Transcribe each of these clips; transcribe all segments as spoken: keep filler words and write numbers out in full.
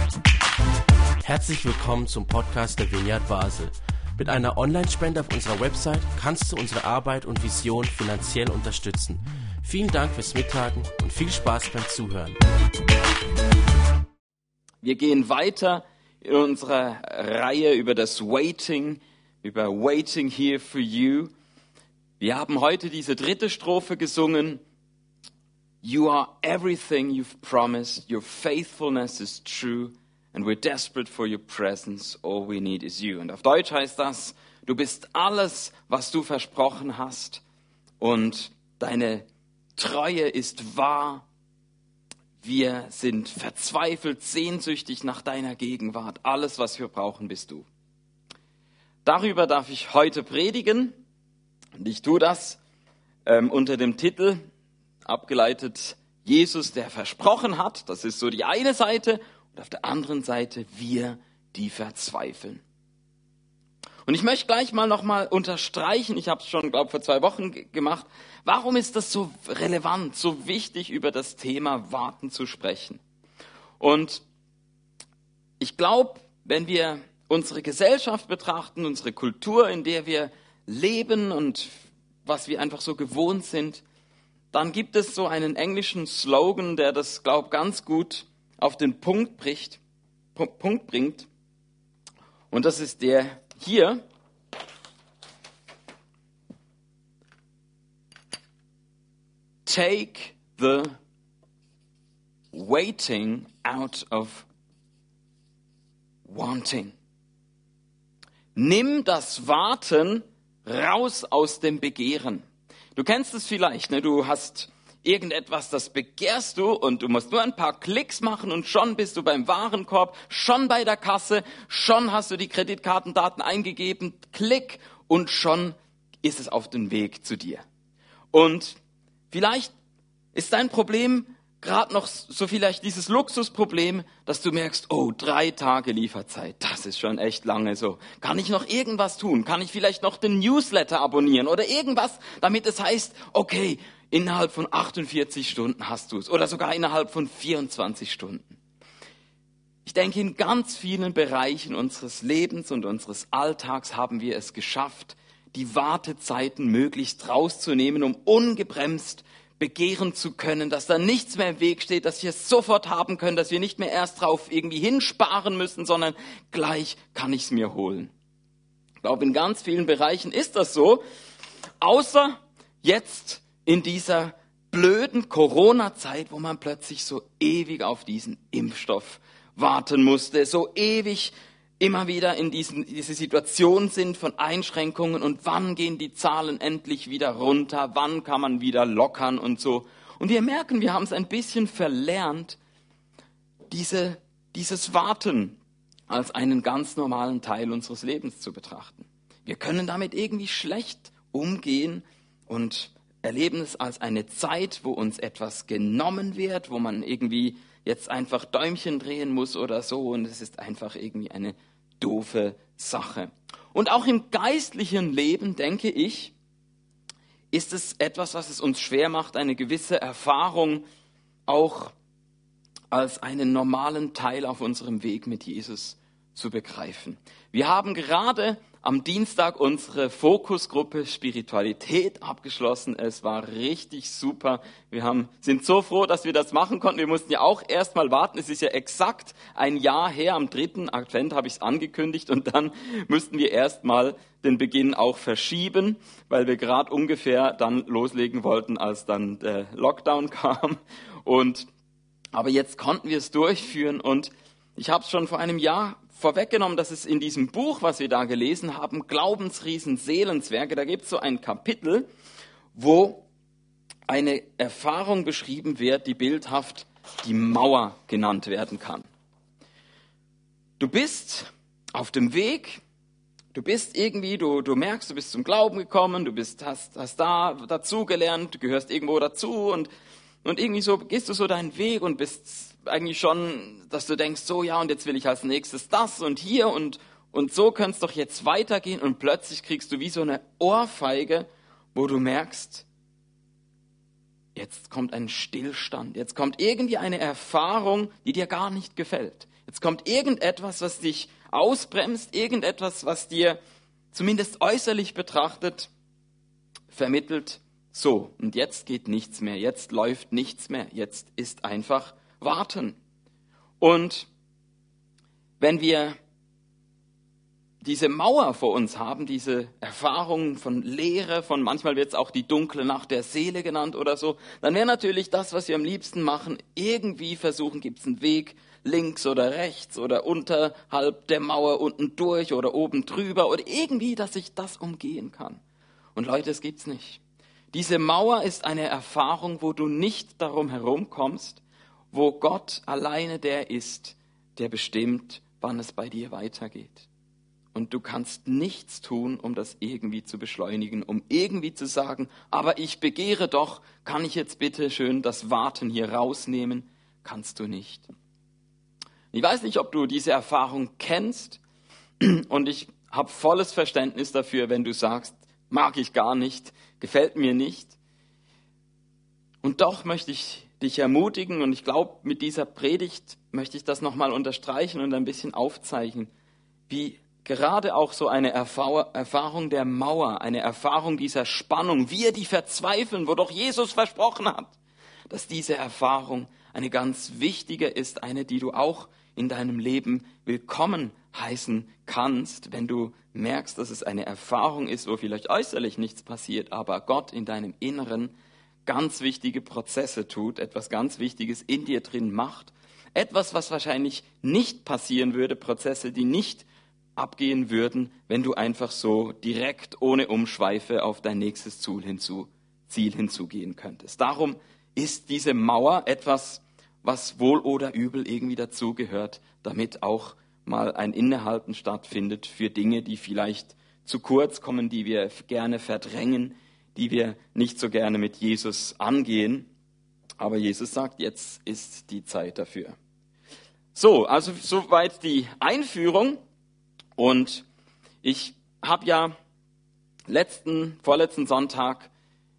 Herzlich willkommen zum Podcast der Vineyard Basel. Mit einer Online-Spende auf unserer Website kannst du unsere Arbeit und Vision finanziell unterstützen. Vielen Dank fürs Mittagen und viel Spaß beim Zuhören. Wir gehen weiter in unserer Reihe über das Waiting, über Waiting Here for You. Wir haben heute diese dritte Strophe gesungen. You are everything you've promised, your faithfulness is true, and we're desperate for your presence, all we need is you. Und auf Deutsch heißt das, du bist alles, was du versprochen hast, und deine Treue ist wahr. Wir sind verzweifelt, sehnsüchtig nach deiner Gegenwart. Alles, was wir brauchen, bist du. Darüber darf ich heute predigen, und ich tue das ähm, unter dem Titel, abgeleitet, Jesus, der versprochen hat. Das ist so die eine Seite. Und auf der anderen Seite wir, die verzweifeln. Und ich möchte gleich mal nochmal unterstreichen, ich habe es schon, glaube ich, vor zwei Wochen g- gemacht, warum ist das so relevant, so wichtig, über das Thema Warten zu sprechen? Und ich glaube, wenn wir unsere Gesellschaft betrachten, unsere Kultur, in der wir leben und was wir einfach so gewohnt sind, dann gibt es so einen englischen Slogan, der das, glaube ich, ganz gut auf den Punkt, bricht, Punkt bringt. Und das ist der hier. Take the waiting out of wanting. Nimm das Warten raus aus dem Begehren. Du kennst es vielleicht, ne? Du hast irgendetwas, das begehrst du und du musst nur ein paar Klicks machen und schon bist du beim Warenkorb, schon bei der Kasse, schon hast du die Kreditkartendaten eingegeben, Klick und schon ist es auf dem Weg zu dir. Und vielleicht ist dein Problem gerade noch so vielleicht dieses Luxusproblem, dass du merkst, oh, drei Tage Lieferzeit, das ist schon echt lange so. Kann ich noch irgendwas tun? Kann ich vielleicht noch den Newsletter abonnieren oder irgendwas, damit es heißt, okay, innerhalb von achtundvierzig Stunden hast du es oder sogar innerhalb von vierundzwanzig Stunden. Ich denke, in ganz vielen Bereichen unseres Lebens und unseres Alltags haben wir es geschafft, die Wartezeiten möglichst rauszunehmen, um ungebremst begehren zu können, dass da nichts mehr im Weg steht, dass wir es sofort haben können, dass wir nicht mehr erst drauf irgendwie hinsparen müssen, sondern gleich kann ich es mir holen. Ich glaube, in ganz vielen Bereichen ist das so, außer jetzt in dieser blöden Corona-Zeit, wo man plötzlich so ewig auf diesen Impfstoff warten musste, so ewig immer wieder in diesen, diese Situation sind von Einschränkungen und wann gehen die Zahlen endlich wieder runter, wann kann man wieder lockern und so. Und wir merken, wir haben es ein bisschen verlernt, diese, dieses Warten als einen ganz normalen Teil unseres Lebens zu betrachten. Wir können damit irgendwie schlecht umgehen und erleben es als eine Zeit, wo uns etwas genommen wird, wo man irgendwie jetzt einfach Däumchen drehen muss oder so und es ist einfach irgendwie eine doofe Sache. Und auch im geistlichen Leben, denke ich, ist es etwas, was es uns schwer macht, eine gewisse Erfahrung auch als einen normalen Teil auf unserem Weg mit Jesus zu begreifen. Wir haben gerade am Dienstag unsere Fokusgruppe Spiritualität abgeschlossen. Es war richtig super. Wir haben, sind so froh, dass wir das machen konnten. Wir mussten ja auch erst mal warten. Es ist ja exakt ein Jahr her. Am dritten Advent habe ich es angekündigt und dann mussten wir erst mal den Beginn auch verschieben, weil wir gerade ungefähr dann loslegen wollten, als dann der Lockdown kam. Und aber jetzt konnten wir es durchführen und ich habe es schon vor einem Jahr vorweggenommen, dass es in diesem Buch, was wir da gelesen haben, Glaubensriesen, Seelenzwerge, da gibt es so ein Kapitel, wo eine Erfahrung beschrieben wird, die bildhaft die Mauer genannt werden kann. Du bist auf dem Weg, du bist irgendwie, du, du merkst, du bist zum Glauben gekommen, du bist, hast, hast da dazugelernt, du gehörst irgendwo dazu und, und irgendwie so gehst du so deinen Weg und bist eigentlich schon, dass du denkst, so ja, und jetzt will ich als nächstes das und hier und, und so könnte es doch jetzt weitergehen und plötzlich kriegst du wie so eine Ohrfeige, wo du merkst, jetzt kommt ein Stillstand, jetzt kommt irgendwie eine Erfahrung, die dir gar nicht gefällt. Jetzt kommt irgendetwas, was dich ausbremst, irgendetwas, was dir zumindest äußerlich betrachtet vermittelt, so, und jetzt geht nichts mehr, jetzt läuft nichts mehr, jetzt ist einfach warten. Und wenn wir diese Mauer vor uns haben, diese Erfahrung von Leere, von manchmal wird es auch die dunkle Nacht der Seele genannt oder so, dann wäre natürlich das, was wir am liebsten machen, irgendwie versuchen, gibt es einen Weg links oder rechts oder unterhalb der Mauer unten durch oder oben drüber oder irgendwie, dass ich das umgehen kann. Und Leute, es gibt's nicht. Diese Mauer ist eine Erfahrung, wo du nicht darum herumkommst, wo Gott alleine der ist, der bestimmt, wann es bei dir weitergeht. Und du kannst nichts tun, um das irgendwie zu beschleunigen, um irgendwie zu sagen, aber ich begehre doch, kann ich jetzt bitte schön das Warten hier rausnehmen? Kannst du nicht. Ich weiß nicht, ob du diese Erfahrung kennst, und ich habe volles Verständnis dafür, wenn du sagst, mag ich gar nicht, gefällt mir nicht. Und doch möchte ich dich ermutigen, und ich glaube, mit dieser Predigt möchte ich das nochmal unterstreichen und ein bisschen aufzeichnen, wie gerade auch so eine Erfahrung der Mauer, eine Erfahrung dieser Spannung, wir, die verzweifeln, wo doch Jesus versprochen hat, dass diese Erfahrung eine ganz wichtige ist, eine, die du auch in deinem Leben willkommen heißen kannst, wenn du merkst, dass es eine Erfahrung ist, wo vielleicht äußerlich nichts passiert, aber Gott in deinem Inneren ganz wichtige Prozesse tut, etwas ganz Wichtiges in dir drin macht, etwas, was wahrscheinlich nicht passieren würde, Prozesse, die nicht abgehen würden, wenn du einfach so direkt ohne Umschweife auf dein nächstes Ziel, hinzu, Ziel hinzugehen könntest. Darum ist diese Mauer etwas, was wohl oder übel irgendwie dazugehört, damit auch mal ein Innehalten stattfindet für Dinge, die vielleicht zu kurz kommen, die wir gerne verdrängen, die wir nicht so gerne mit Jesus angehen. Aber Jesus sagt, jetzt ist die Zeit dafür. So, also soweit die Einführung. Und ich habe ja letzten, vorletzten Sonntag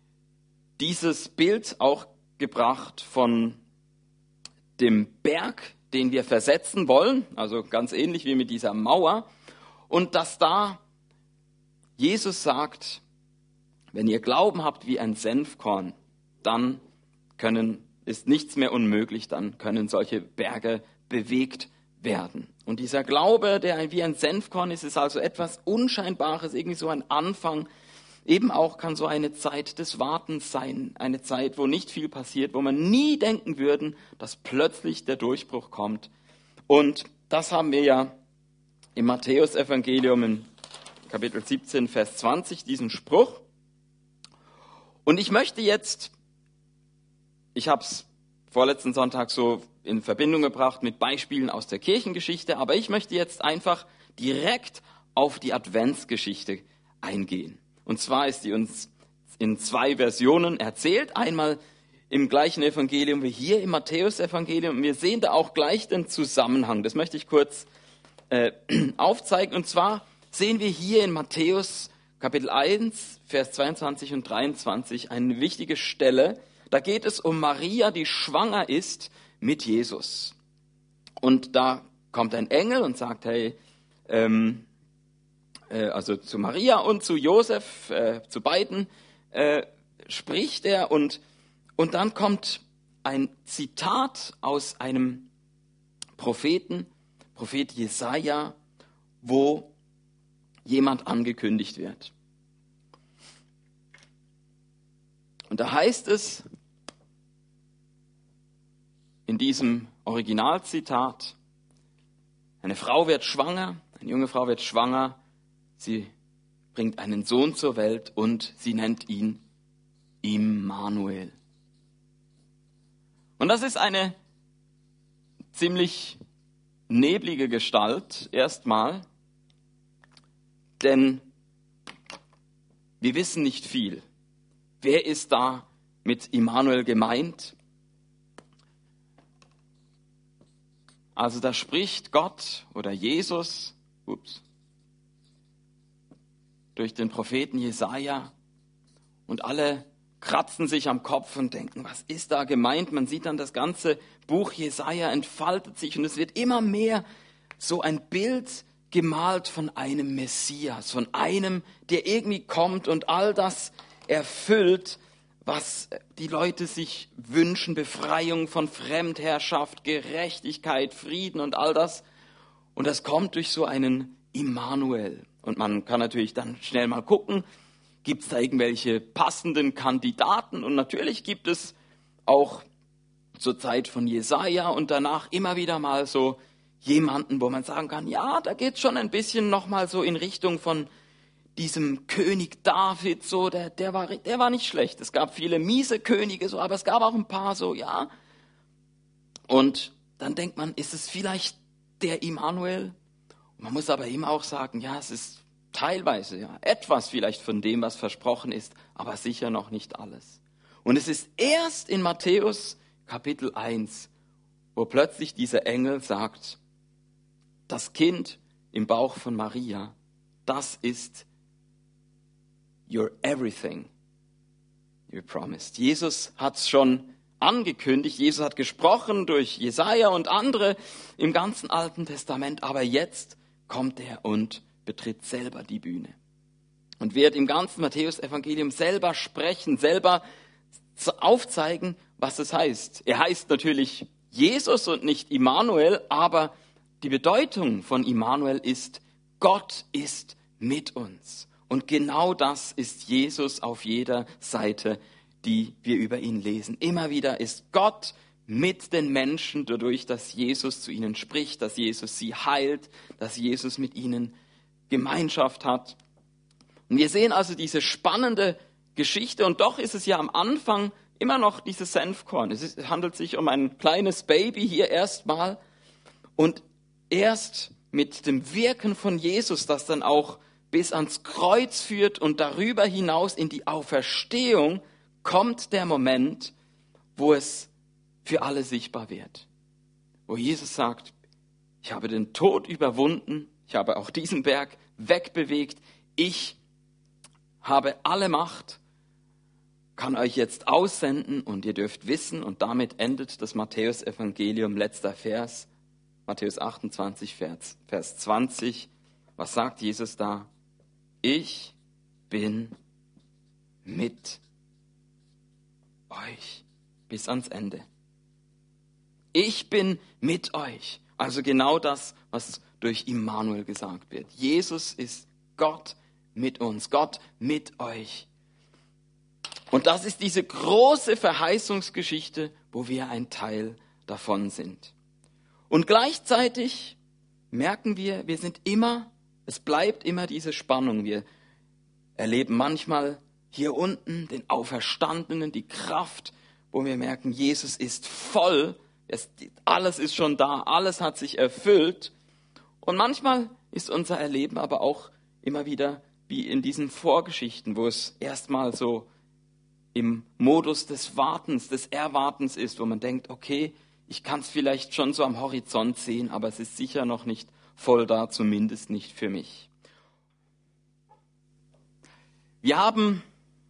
dieses Bild auch gebracht von dem Berg, den wir versetzen wollen, also ganz ähnlich wie mit dieser Mauer. Und dass da Jesus sagt, wenn ihr Glauben habt wie ein Senfkorn, dann können, ist nichts mehr unmöglich, dann können solche Berge bewegt werden. Und dieser Glaube, der wie ein Senfkorn ist, ist also etwas Unscheinbares, irgendwie so ein Anfang. Eben auch kann so eine Zeit des Wartens sein, eine Zeit, wo nicht viel passiert, wo man nie denken würde, dass plötzlich der Durchbruch kommt. Und das haben wir ja im Matthäus-Evangelium in Kapitel siebzehn, Vers zwanzig, diesen Spruch. Und ich möchte jetzt, ich habe es vorletzten Sonntag so in Verbindung gebracht mit Beispielen aus der Kirchengeschichte, aber ich möchte jetzt einfach direkt auf die Adventsgeschichte eingehen. Und zwar ist die uns in zwei Versionen erzählt. Einmal im gleichen Evangelium wie hier im Matthäus-Evangelium. Wir sehen da auch gleich den Zusammenhang. Das möchte ich kurz äh, aufzeigen. Und zwar sehen wir hier in Matthäus Kapitel eins, Vers zweiundzwanzig und dreiundzwanzig eine wichtige Stelle. Da geht es um Maria, die schwanger ist mit Jesus. Und da kommt ein Engel und sagt, hey, ähm, äh, also zu Maria und zu Josef, äh, zu beiden, äh, spricht er. Und, und dann kommt ein Zitat aus einem Propheten, Prophet Jesaja, wo jemand angekündigt wird. Und da heißt es in diesem Originalzitat, eine Frau wird schwanger, eine junge Frau wird schwanger, sie bringt einen Sohn zur Welt und sie nennt ihn Immanuel. Und das ist eine ziemlich neblige Gestalt erstmal, denn wir wissen nicht viel. Wer ist da mit Immanuel gemeint? Also da spricht Gott oder Jesus ups, durch den Propheten Jesaja und alle kratzen sich am Kopf und denken, was ist da gemeint? Man sieht dann, das ganze Buch Jesaja entfaltet sich und es wird immer mehr so ein Bild gemalt von einem Messias, von einem, der irgendwie kommt und all das erfüllt, was die Leute sich wünschen, Befreiung von Fremdherrschaft, Gerechtigkeit, Frieden und all das. Und das kommt durch so einen Immanuel. Und man kann natürlich dann schnell mal gucken, gibt es da irgendwelche passenden Kandidaten? Und natürlich gibt es auch zur Zeit von Jesaja und danach immer wieder mal so jemanden, wo man sagen kann, ja, da geht es schon ein bisschen nochmal so in Richtung von diesem König David, so, der, der, war, der war nicht schlecht. Es gab viele miese Könige, so, aber es gab auch ein paar so, ja. Und dann denkt man, ist es vielleicht der Immanuel? Man muss aber ihm auch sagen, ja, es ist teilweise, ja, etwas vielleicht von dem, was versprochen ist, aber sicher noch nicht alles. Und es ist erst in Matthäus Kapitel eins, wo plötzlich dieser Engel sagt, das Kind im Bauch von Maria, das ist your everything you promised. Jesus hat es schon angekündigt, Jesus hat gesprochen durch Jesaja und andere im ganzen Alten Testament, aber jetzt kommt er und betritt selber die Bühne und wird im ganzen Matthäus-Evangelium selber sprechen, selber aufzeigen, was es heißt. Er heißt natürlich Jesus und nicht Immanuel, aber die Bedeutung von Immanuel ist, Gott ist mit uns. Und genau das ist Jesus auf jeder Seite, die wir über ihn lesen. Immer wieder ist Gott mit den Menschen, dadurch, dass Jesus zu ihnen spricht, dass Jesus sie heilt, dass Jesus mit ihnen Gemeinschaft hat. Und wir sehen also diese spannende Geschichte und doch ist es ja am Anfang immer noch dieses Senfkorn. Es ist, handelt sich um ein kleines Baby hier erstmal und erst mit dem Wirken von Jesus, das dann auch bis ans Kreuz führt und darüber hinaus in die Auferstehung, kommt der Moment, wo es für alle sichtbar wird. Wo Jesus sagt, ich habe den Tod überwunden, ich habe auch diesen Berg wegbewegt, ich habe alle Macht, kann euch jetzt aussenden und ihr dürft wissen, und damit endet das Matthäus-Evangelium, letzter Vers, Matthäus achtundzwanzig, Vers, Vers zwanzig. Was sagt Jesus da? Ich bin mit euch bis ans Ende. Ich bin mit euch. Also genau das, was durch Immanuel gesagt wird. Jesus ist Gott mit uns, Gott mit euch. Und das ist diese große Verheißungsgeschichte, wo wir ein Teil davon sind. Und gleichzeitig merken wir, wir sind immer, es bleibt immer diese Spannung. Wir erleben manchmal hier unten den Auferstandenen, die Kraft, wo wir merken, Jesus ist voll, es, alles ist schon da, alles hat sich erfüllt. Und manchmal ist unser Erleben aber auch immer wieder wie in diesen Vorgeschichten, wo es erstmal so im Modus des Wartens, des Erwartens ist, wo man denkt, okay, ich kann es vielleicht schon so am Horizont sehen, aber es ist sicher noch nicht voll da, zumindest nicht für mich. Wir haben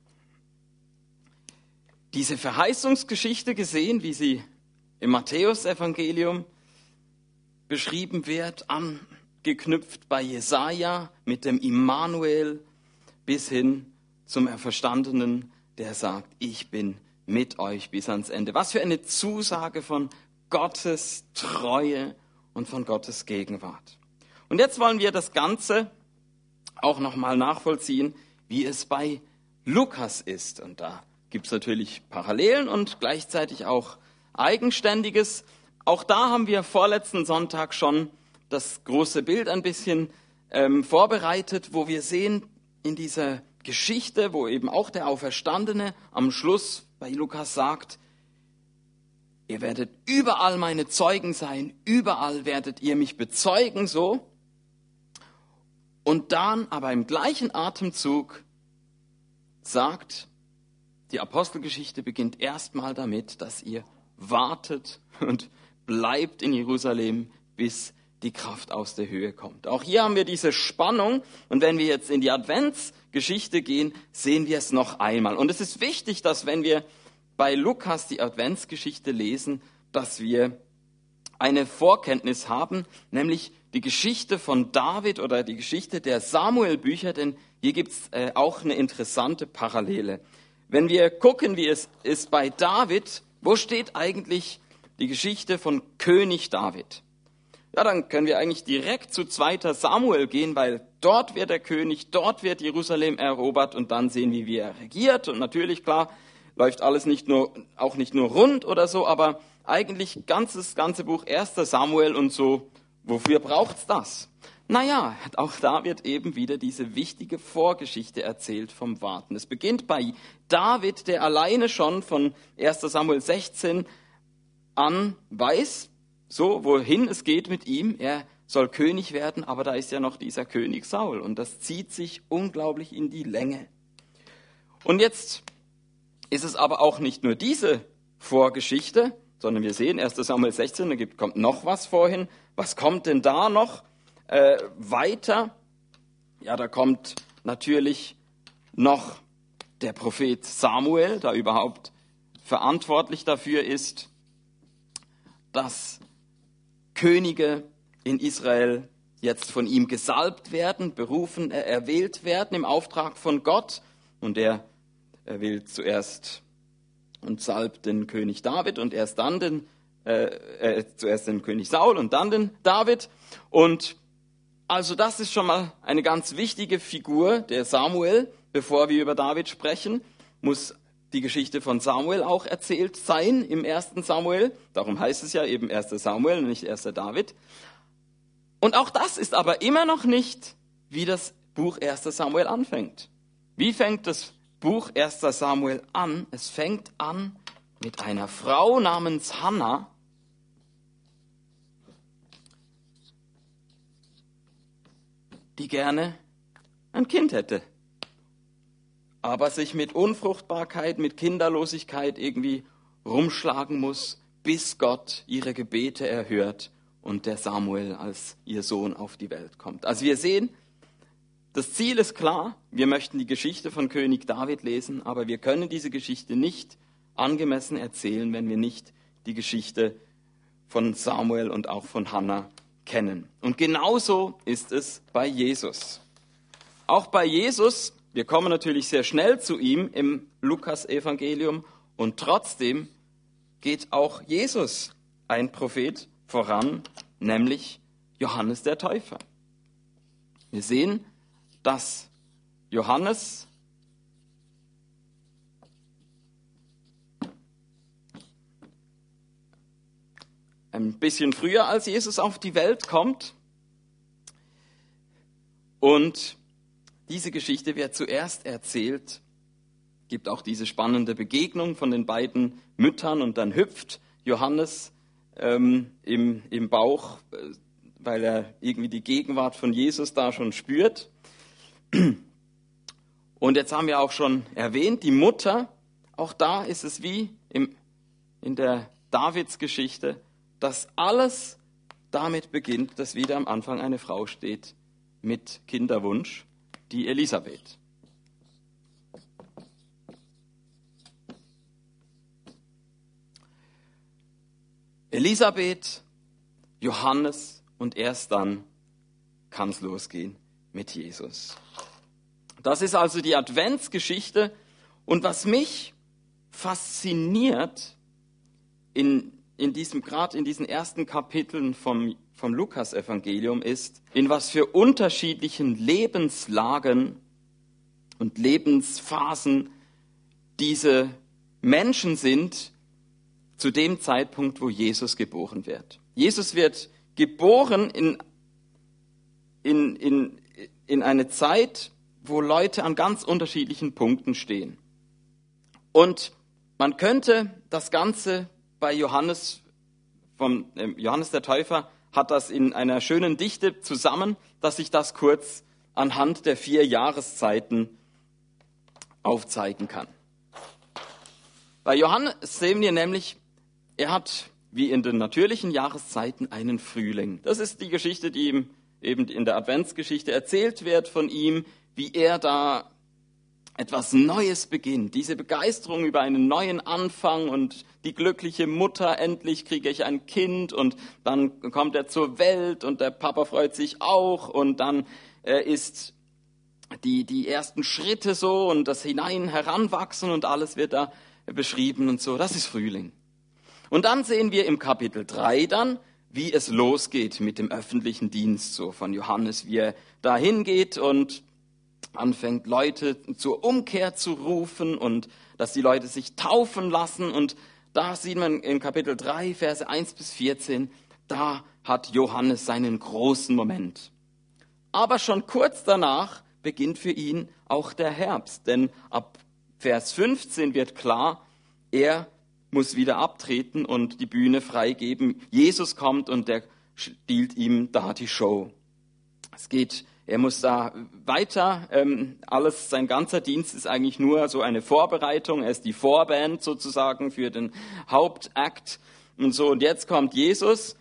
diese Verheißungsgeschichte gesehen, wie sie im Matthäus-Evangelium beschrieben wird, angeknüpft bei Jesaja mit dem Immanuel bis hin zum Auferstandenen, der sagt, ich bin mit euch bis ans Ende. Was für eine Zusage von Gottes Treue und von Gottes Gegenwart. Und jetzt wollen wir das Ganze auch nochmal nachvollziehen, wie es bei Lukas ist. Und da gibt es natürlich Parallelen und gleichzeitig auch Eigenständiges. Auch da haben wir vorletzten Sonntag schon das große Bild ein bisschen ähm, vorbereitet, wo wir sehen in dieser Geschichte, wo eben auch der Auferstandene am Schluss bei Lukas sagt, ihr werdet überall meine Zeugen sein, überall werdet ihr mich bezeugen, so. Und dann aber im gleichen Atemzug sagt, die Apostelgeschichte beginnt erstmal damit, dass ihr wartet und bleibt in Jerusalem, bis die Kraft aus der Höhe kommt. Auch hier haben wir diese Spannung und wenn wir jetzt in die Adventsgeschichte gehen, sehen wir es noch einmal. Und es ist wichtig, dass wenn wir bei Lukas die Adventsgeschichte lesen, dass wir eine Vorkenntnis haben, nämlich die Geschichte von David oder die Geschichte der Samuel-Bücher, denn hier gibt es äh, auch eine interessante Parallele. Wenn wir gucken, wie es ist bei David, wo steht eigentlich die Geschichte von König David? Ja, dann können wir eigentlich direkt zu zweiter Samuel gehen, weil dort wird der König, dort wird Jerusalem erobert und dann sehen wir, wie er regiert. Und natürlich, klar, läuft alles nicht nur, auch nicht nur rund oder so, aber eigentlich ganzes ganze Buch erster Samuel und so, wofür braucht's das? Naja, auch da wird eben wieder diese wichtige Vorgeschichte erzählt vom Warten. Es beginnt bei David, der alleine schon von erster Samuel sechzehn an weiß, so, wohin es geht mit ihm. Er soll König werden, aber da ist ja noch dieser König Saul und das zieht sich unglaublich in die Länge. Und jetzt ist es aber auch nicht nur diese Vorgeschichte, sondern wir sehen erster Samuel sechzehn, da gibt, kommt noch was vorhin. Was kommt denn da noch äh, weiter? Ja, da kommt natürlich noch der Prophet Samuel, der überhaupt verantwortlich dafür ist, dass Könige in Israel jetzt von ihm gesalbt werden, berufen, äh, erwählt werden im Auftrag von Gott. Und er, er wählt zuerst und salbt den König David und erst dann den, äh, äh, zuerst den König Saul und dann den David. Und also das ist schon mal eine ganz wichtige Figur, der Samuel. Bevor wir über David sprechen, muss die Geschichte von Samuel auch erzählt sein im ersten Samuel. Darum heißt es ja eben erster Samuel und nicht erster David. Und auch das ist aber immer noch nicht, wie das Buch erster Samuel anfängt. Wie fängt das Buch erster Samuel an? Es fängt an mit einer Frau namens Hannah, die gerne ein Kind hätte, aber sich mit Unfruchtbarkeit, mit Kinderlosigkeit irgendwie rumschlagen muss, bis Gott ihre Gebete erhört und der Samuel als ihr Sohn auf die Welt kommt. Also wir sehen, das Ziel ist klar, wir möchten die Geschichte von König David lesen, aber wir können diese Geschichte nicht angemessen erzählen, wenn wir nicht die Geschichte von Samuel und auch von Hannah kennen. Und genauso ist es bei Jesus. Auch bei Jesus, wir kommen natürlich sehr schnell zu ihm im Lukas-Evangelium und trotzdem geht auch Jesus ein Prophet voran, nämlich Johannes der Täufer. Wir sehen, dass Johannes ein bisschen früher als Jesus auf die Welt kommt. Und diese Geschichte wird zuerst erzählt, gibt auch diese spannende Begegnung von den beiden Müttern und dann hüpft Johannes ähm, im, im Bauch, weil er irgendwie die Gegenwart von Jesus da schon spürt. Und jetzt haben wir auch schon erwähnt, die Mutter, auch da ist es wie im, in der Davidsgeschichte, dass alles damit beginnt, dass wieder am Anfang eine Frau steht mit Kinderwunsch, die Elisabeth. Elisabeth, Johannes und erst dann kann es losgehen mit Jesus. Das ist also die Adventsgeschichte und was mich fasziniert in in diesem, gerade in diesen ersten Kapiteln vom, vom Lukas-Evangelium ist, in was für unterschiedlichen Lebenslagen und Lebensphasen diese Menschen sind zu dem Zeitpunkt, wo Jesus geboren wird. Jesus wird geboren in, in, in, in eine Zeit, wo Leute an ganz unterschiedlichen Punkten stehen. Und man könnte das Ganze bei Johannes, vom äh, Johannes der Täufer, hat das in einer schönen Dichte zusammen, dass ich das kurz anhand der vier Jahreszeiten aufzeigen kann. Bei Johannes sehen wir nämlich, er hat wie in den natürlichen Jahreszeiten einen Frühling. Das ist die Geschichte, die ihm eben in der Adventsgeschichte erzählt wird von ihm, wie er da etwas Neues beginnt. Diese Begeisterung über einen neuen Anfang und die glückliche Mutter, endlich kriege ich ein Kind und dann kommt er zur Welt und der Papa freut sich auch und dann äh, ist die, die ersten Schritte so und das Hinein heranwachsen und alles wird da beschrieben und so. Das ist Frühling. Und dann sehen wir im Kapitel drei dann, wie es losgeht mit dem öffentlichen Dienst so von Johannes, wie er da hingeht und anfängt, Leute zur Umkehr zu rufen und dass die Leute sich taufen lassen. Und da sieht man in Kapitel drei, Verse eins bis vierzehn, da hat Johannes seinen großen Moment. Aber schon kurz danach beginnt für ihn auch der Herbst, denn ab Vers fünfzehn wird klar, er muss wieder abtreten und die Bühne freigeben. Jesus kommt und der stiehlt ihm da die Show. Es geht, er muss da weiter, ähm, alles, sein ganzer Dienst ist eigentlich nur so eine Vorbereitung. Er ist die Vorband sozusagen für den Hauptakt und so. Und jetzt kommt Jesus.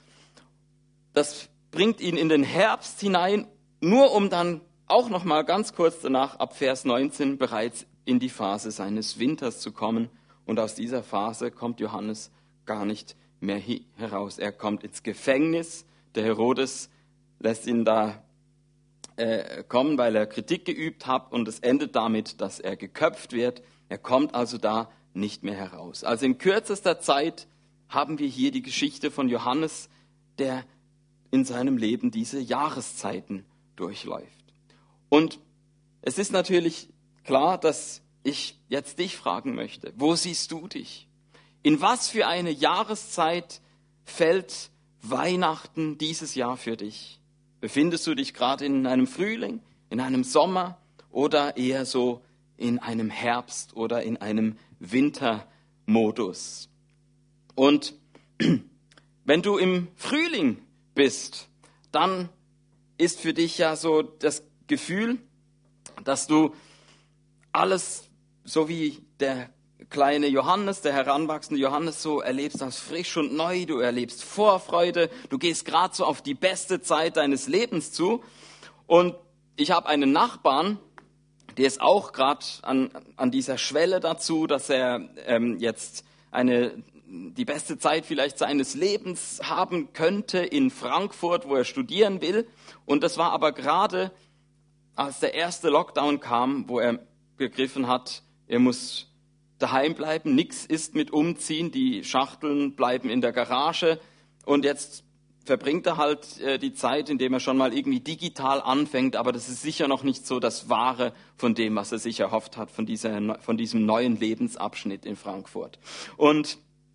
Das bringt ihn in den Herbst hinein, nur um dann auch noch mal ganz kurz danach, ab Vers neunzehn, bereits in die Phase seines Winters zu kommen. Und aus dieser Phase kommt Johannes gar nicht mehr heraus. Er kommt ins Gefängnis. Der Herodes lässt ihn da äh, kommen, weil er Kritik geübt hat. Und es endet damit, dass er geköpft wird. Er kommt also da nicht mehr heraus. Also in kürzester Zeit haben wir hier die Geschichte von Johannes, der in seinem Leben diese Jahreszeiten durchläuft. Und es ist natürlich klar, dass ich jetzt dich fragen möchte, wo siehst du dich? In was für eine Jahreszeit fällt Weihnachten dieses Jahr für dich? Befindest du dich gerade in einem Frühling, in einem Sommer oder eher so in einem Herbst oder in einem Wintermodus? Und wenn du im Frühling bist, dann ist für dich ja so das Gefühl, dass du alles so wie der kleine Johannes, der heranwachsende Johannes, so erlebst das frisch und neu, du erlebst Vorfreude, du gehst gerade so auf die beste Zeit deines Lebens zu. Und ich habe einen Nachbarn, der ist auch gerade an, an dieser Schwelle dazu, dass er ähm, jetzt eine, die beste Zeit vielleicht seines Lebens haben könnte in Frankfurt, wo er studieren will. Und das war aber gerade, als der erste Lockdown kam, wo er begriffen hat, er muss daheim bleiben, nichts ist mit umziehen, die Schachteln bleiben in der Garage und jetzt verbringt er halt äh, die Zeit, indem er schon mal irgendwie digital anfängt, aber das ist sicher noch nicht so das Wahre von dem, was er sich erhofft hat, von, dieser, von diesem neuen Lebensabschnitt in Frankfurt. Und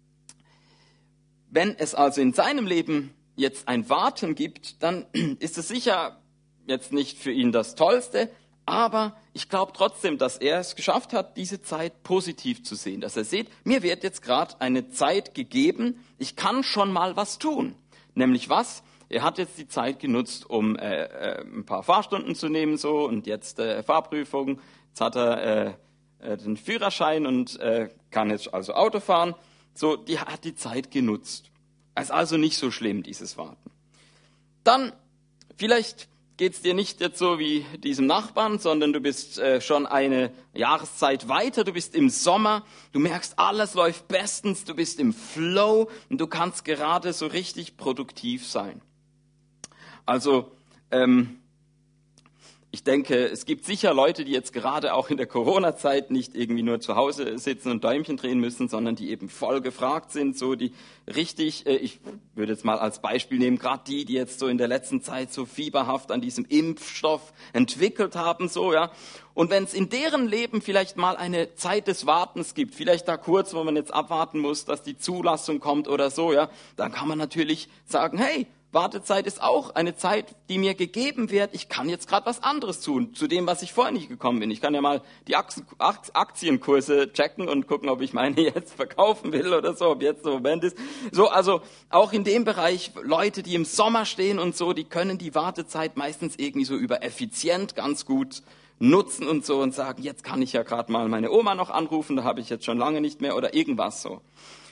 wenn es also in seinem Leben jetzt ein Warten gibt, dann ist es sicher jetzt nicht für ihn das Tollste, aber ich glaube trotzdem, dass er es geschafft hat, diese Zeit positiv zu sehen. Dass er sieht, mir wird jetzt gerade eine Zeit gegeben, ich kann schon mal was tun. Nämlich was? Er hat jetzt die Zeit genutzt, um äh, äh, ein paar Fahrstunden zu nehmen so und jetzt äh, Fahrprüfung. Jetzt hat er äh, äh, den Führerschein und äh, kann jetzt also Auto fahren. So, die hat die Zeit genutzt. Es ist also nicht so schlimm, dieses Warten. Dann vielleicht geht es dir nicht jetzt so wie diesem Nachbarn, sondern du bist äh, schon eine Jahreszeit weiter, du bist im Sommer, du merkst, alles läuft bestens, du bist im Flow und du kannst gerade so richtig produktiv sein. Also ähm, ich denke, es gibt sicher Leute, die jetzt gerade auch in der Corona-Zeit nicht irgendwie nur zu Hause sitzen und Däumchen drehen müssen, sondern die eben voll gefragt sind, so die richtig, äh, ich würde jetzt mal als Beispiel nehmen, gerade die, die jetzt so in der letzten Zeit so fieberhaft an diesem Impfstoff entwickelt haben, so, ja. Und wenn es in deren Leben vielleicht mal eine Zeit des Wartens gibt, vielleicht da kurz, wo man jetzt abwarten muss, dass die Zulassung kommt oder so, ja, dann kann man natürlich sagen, hey, Wartezeit ist auch eine Zeit, die mir gegeben wird. Ich kann jetzt gerade was anderes tun, zu dem, was ich vorher nicht gekommen bin. Ich kann ja mal die Aktienkurse checken und gucken, ob ich meine jetzt verkaufen will oder so, ob jetzt der Moment ist. So, also auch in dem Bereich, Leute, die im Sommer stehen und so, die können die Wartezeit meistens irgendwie so über effizient ganz gut nutzen und so und sagen, jetzt kann ich ja gerade mal meine Oma noch anrufen, da habe ich jetzt schon lange nicht mehr oder irgendwas so.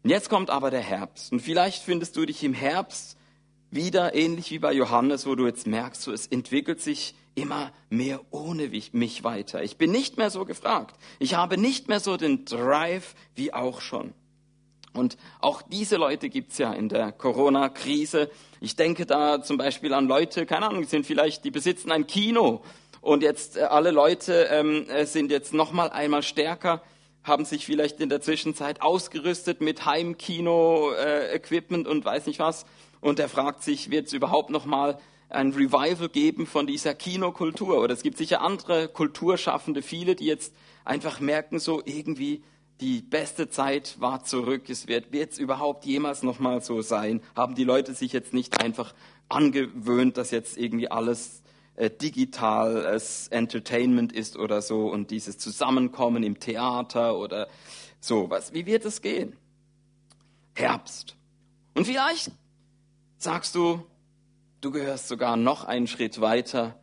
Und jetzt kommt aber der Herbst. Und vielleicht findest du dich im Herbst wieder ähnlich wie bei Johannes, wo du jetzt merkst, so, es entwickelt sich immer mehr ohne mich weiter. Ich bin nicht mehr so gefragt. Ich habe nicht mehr so den Drive wie auch schon. Und auch diese Leute gibt's ja in der Corona-Krise. Ich denke da zum Beispiel an Leute, keine Ahnung, die sind vielleicht, die besitzen ein Kino. Und jetzt äh, alle Leute ähm, sind jetzt noch mal einmal stärker, haben sich vielleicht in der Zwischenzeit ausgerüstet mit Heimkino-Equipment äh, und weiß nicht was. Und er fragt sich, wird es überhaupt noch mal ein Revival geben von dieser Kinokultur? Oder es gibt sicher andere Kulturschaffende, viele, die jetzt einfach merken, so irgendwie die beste Zeit war zurück. Es wird es überhaupt jemals noch mal so sein? Haben die Leute sich jetzt nicht einfach angewöhnt, dass jetzt irgendwie alles äh, digital als Entertainment ist oder so und dieses Zusammenkommen im Theater oder sowas? Wie wird es gehen? Herbst. Und vielleicht sagst du, du gehörst sogar noch einen Schritt weiter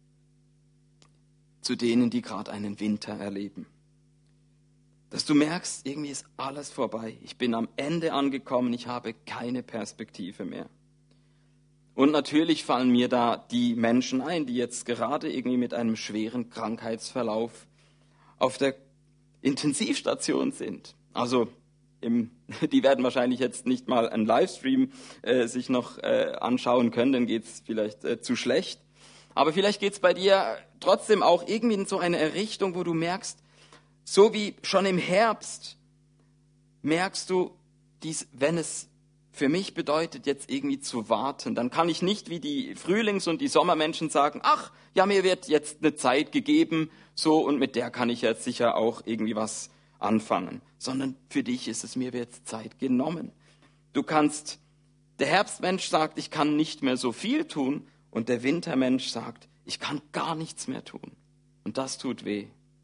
zu denen, die gerade einen Winter erleben. Dass du merkst, irgendwie ist alles vorbei. Ich bin am Ende angekommen, ich habe keine Perspektive mehr. Und natürlich fallen mir da die Menschen ein, die jetzt gerade irgendwie mit einem schweren Krankheitsverlauf auf der Intensivstation sind. Also im, die werden wahrscheinlich jetzt nicht mal einen Livestream äh, sich noch äh, anschauen können, dann geht es vielleicht äh, zu schlecht. Aber vielleicht geht es bei dir trotzdem auch irgendwie in so eine Richtung, wo du merkst, so wie schon im Herbst merkst du, dies, wenn es für mich bedeutet, jetzt irgendwie zu warten, dann kann ich nicht wie die Frühlings- und die Sommermenschen sagen, ach, ja, mir wird jetzt eine Zeit gegeben, so, und mit der kann ich jetzt sicher auch irgendwie was anfangen. Sondern für dich ist es, mir wird Zeit genommen. Du kannst, der Herbstmensch sagt, ich kann nicht mehr so viel tun, und der Wintermensch sagt, ich kann gar nichts mehr tun. Und das tut weh.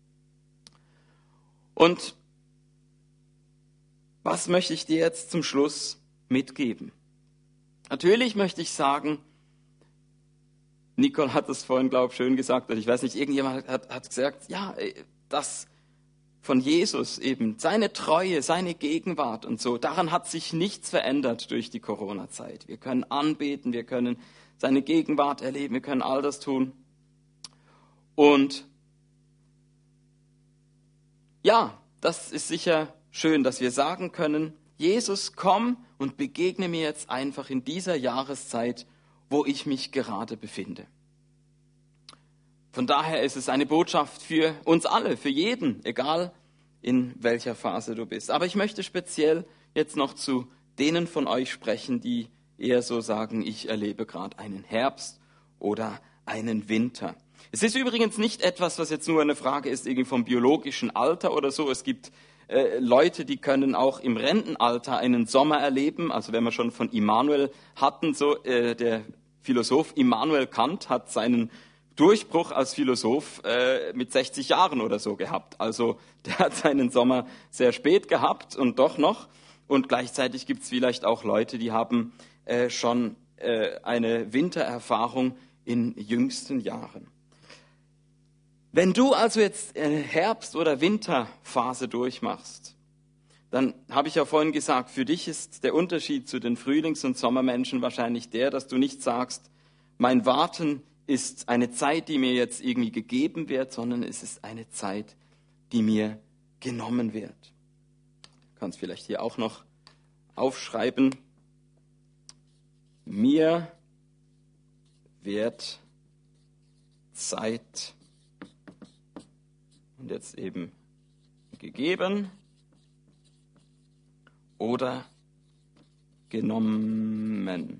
Und was möchte ich dir jetzt zum Schluss mitgeben? Natürlich möchte ich sagen, Nicole hat es vorhin, glaube ich, schön gesagt, oder ich weiß nicht, irgendjemand hat, hat gesagt, ja, das von Jesus eben, seine Treue, seine Gegenwart und so, daran hat sich nichts verändert durch die Corona-Zeit. Wir können anbeten, wir können seine Gegenwart erleben, wir können all das tun. Und ja, das ist sicher schön, dass wir sagen können, Jesus, komm und begegne mir jetzt einfach in dieser Jahreszeit, wo ich mich gerade befinde. Von daher ist es eine Botschaft für uns alle, für jeden, egal in welcher Phase du bist. Aber ich möchte speziell jetzt noch zu denen von euch sprechen, die eher so sagen, ich erlebe gerade einen Herbst oder einen Winter. Es ist übrigens nicht etwas, was jetzt nur eine Frage ist irgendwie vom biologischen Alter oder so. Es gibt äh, Leute, die können auch im Rentenalter einen Sommer erleben. Also wenn wir schon von Immanuel hatten, so äh, der Philosoph Immanuel Kant hat seinen Durchbruch als Philosoph äh, mit sechzig Jahren oder so gehabt. Also der hat seinen Sommer sehr spät gehabt und doch noch. Und gleichzeitig gibt es vielleicht auch Leute, die haben äh, schon äh, eine Wintererfahrung in jüngsten Jahren. Wenn du also jetzt eine Herbst- oder Winterphase durchmachst, dann habe ich ja vorhin gesagt, für dich ist der Unterschied zu den Frühlings- und Sommermenschen wahrscheinlich der, dass du nicht sagst, mein Warten ist eine Zeit, die mir jetzt irgendwie gegeben wird, sondern es ist eine Zeit, die mir genommen wird. Du kannst vielleicht hier auch noch aufschreiben, mir wird Zeit und jetzt eben gegeben oder genommen.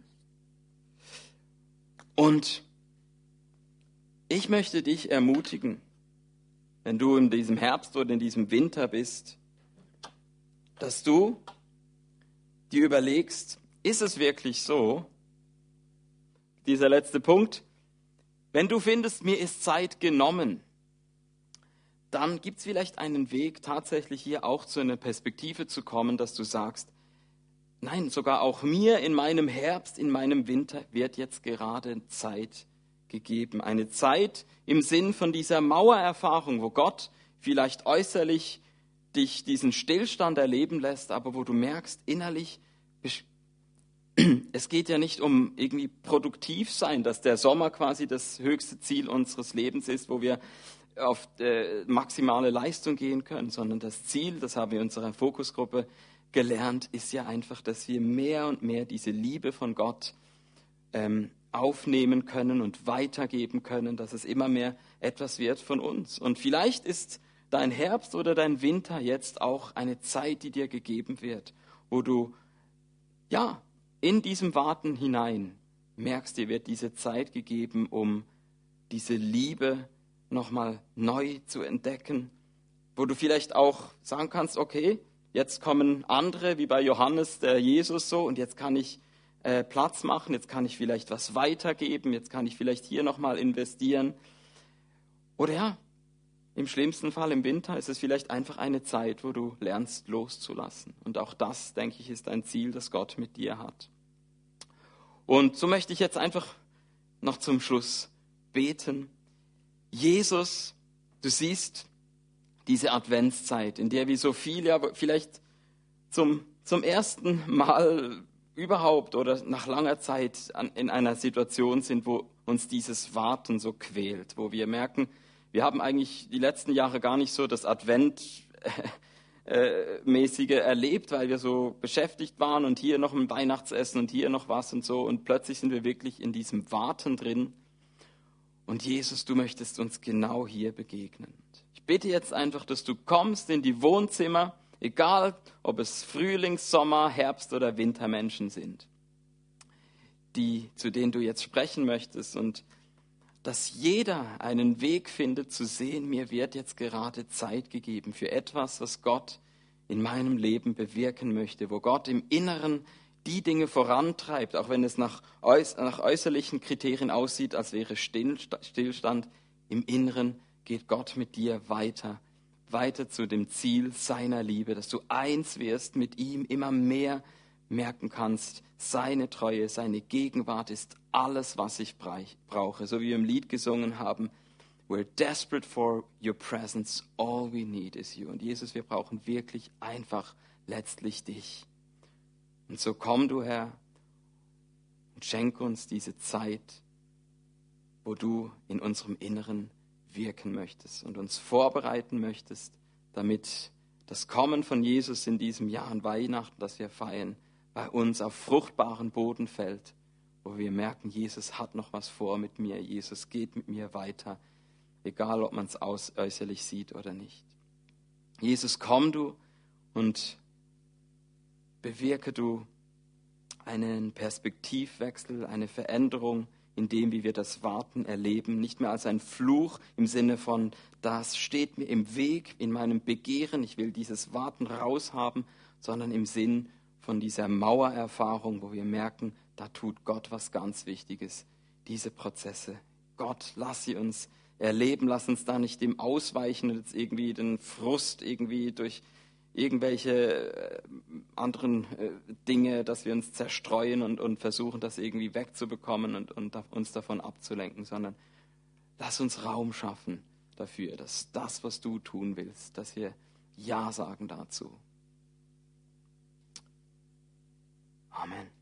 Und ich möchte dich ermutigen, wenn du in diesem Herbst oder in diesem Winter bist, dass du dir überlegst, ist es wirklich so? Dieser letzte Punkt, wenn du findest, mir ist Zeit genommen, dann gibt es vielleicht einen Weg, tatsächlich hier auch zu einer Perspektive zu kommen, dass du sagst, nein, sogar auch mir in meinem Herbst, in meinem Winter wird jetzt gerade Zeit gegeben. Eine Zeit im Sinn von dieser Mauererfahrung, wo Gott vielleicht äußerlich dich diesen Stillstand erleben lässt, aber wo du merkst, innerlich, es geht ja nicht um irgendwie produktiv sein, dass der Sommer quasi das höchste Ziel unseres Lebens ist, wo wir auf äh, maximale Leistung gehen können, sondern das Ziel, das haben wir in unserer Fokusgruppe gelernt, ist ja einfach, dass wir mehr und mehr diese Liebe von Gott ähm, aufnehmen können und weitergeben können, dass es immer mehr etwas wird von uns. Und vielleicht ist dein Herbst oder dein Winter jetzt auch eine Zeit, die dir gegeben wird, wo du ja in diesem Warten hinein merkst, dir wird diese Zeit gegeben, um diese Liebe nochmal neu zu entdecken, wo du vielleicht auch sagen kannst, okay, jetzt kommen andere, wie bei Johannes, der Jesus so, und jetzt kann ich äh, Platz machen, jetzt kann ich vielleicht was weitergeben, jetzt kann ich vielleicht hier nochmal investieren. Oder ja, im schlimmsten Fall im Winter ist es vielleicht einfach eine Zeit, wo du lernst loszulassen. Und auch das, denke ich, ist ein Ziel, das Gott mit dir hat. Und so möchte ich jetzt einfach noch zum Schluss beten. Jesus, du siehst diese Adventszeit, in der wir so viel, ja vielleicht zum, zum ersten Mal überhaupt oder nach langer Zeit an, in einer Situation sind, wo uns dieses Warten so quält, wo wir merken, wir haben eigentlich die letzten Jahre gar nicht so das Advent-mäßige erlebt, weil wir so beschäftigt waren und hier noch ein Weihnachtsessen und hier noch was und so, und plötzlich sind wir wirklich in diesem Warten drin. Und Jesus, du möchtest uns genau hier begegnen. Ich bitte jetzt einfach, dass du kommst in die Wohnzimmer, egal ob es Frühlings-, Sommer-, Herbst- oder Wintermenschen sind, die, zu denen du jetzt sprechen möchtest, und dass jeder einen Weg findet zu sehen, mir wird jetzt gerade Zeit gegeben für etwas, was Gott in meinem Leben bewirken möchte, wo Gott im Inneren die Dinge vorantreibt, auch wenn es nach, äuß- nach äußerlichen Kriterien aussieht, als wäre Stillstand. Im Inneren geht Gott mit dir weiter, weiter zu dem Ziel seiner Liebe, dass du eins wirst mit ihm, immer mehr merken kannst, seine Treue, seine Gegenwart ist alles, was ich brauche. So wie wir im Lied gesungen haben, we're desperate for your presence, all we need is you. Und Jesus, wir brauchen wirklich einfach letztlich dich. Und so komm du, Herr, und schenk uns diese Zeit, wo du in unserem Inneren wirken möchtest und uns vorbereiten möchtest, damit das Kommen von Jesus in diesem Jahr an Weihnachten, das wir feiern, bei uns auf fruchtbaren Boden fällt, wo wir merken, Jesus hat noch was vor mit mir, Jesus geht mit mir weiter, egal ob man es äußerlich sieht oder nicht. Jesus, komm du und bewirke du einen Perspektivwechsel, eine Veränderung in dem, wie wir das Warten erleben, nicht mehr als ein Fluch im Sinne von, das steht mir im Weg in meinem Begehren, ich will dieses Warten raushaben, sondern im Sinn von dieser Mauererfahrung, wo wir merken, da tut Gott was ganz Wichtiges, diese Prozesse. Gott, lass sie uns erleben, lass uns da nicht dem ausweichen und jetzt irgendwie den Frust irgendwie durch irgendwelche äh, anderen äh, Dinge, dass wir uns zerstreuen und, und versuchen, das irgendwie wegzubekommen und, und da, uns davon abzulenken, sondern lass uns Raum schaffen dafür, dass das, was du tun willst, dass wir Ja sagen dazu. Amen.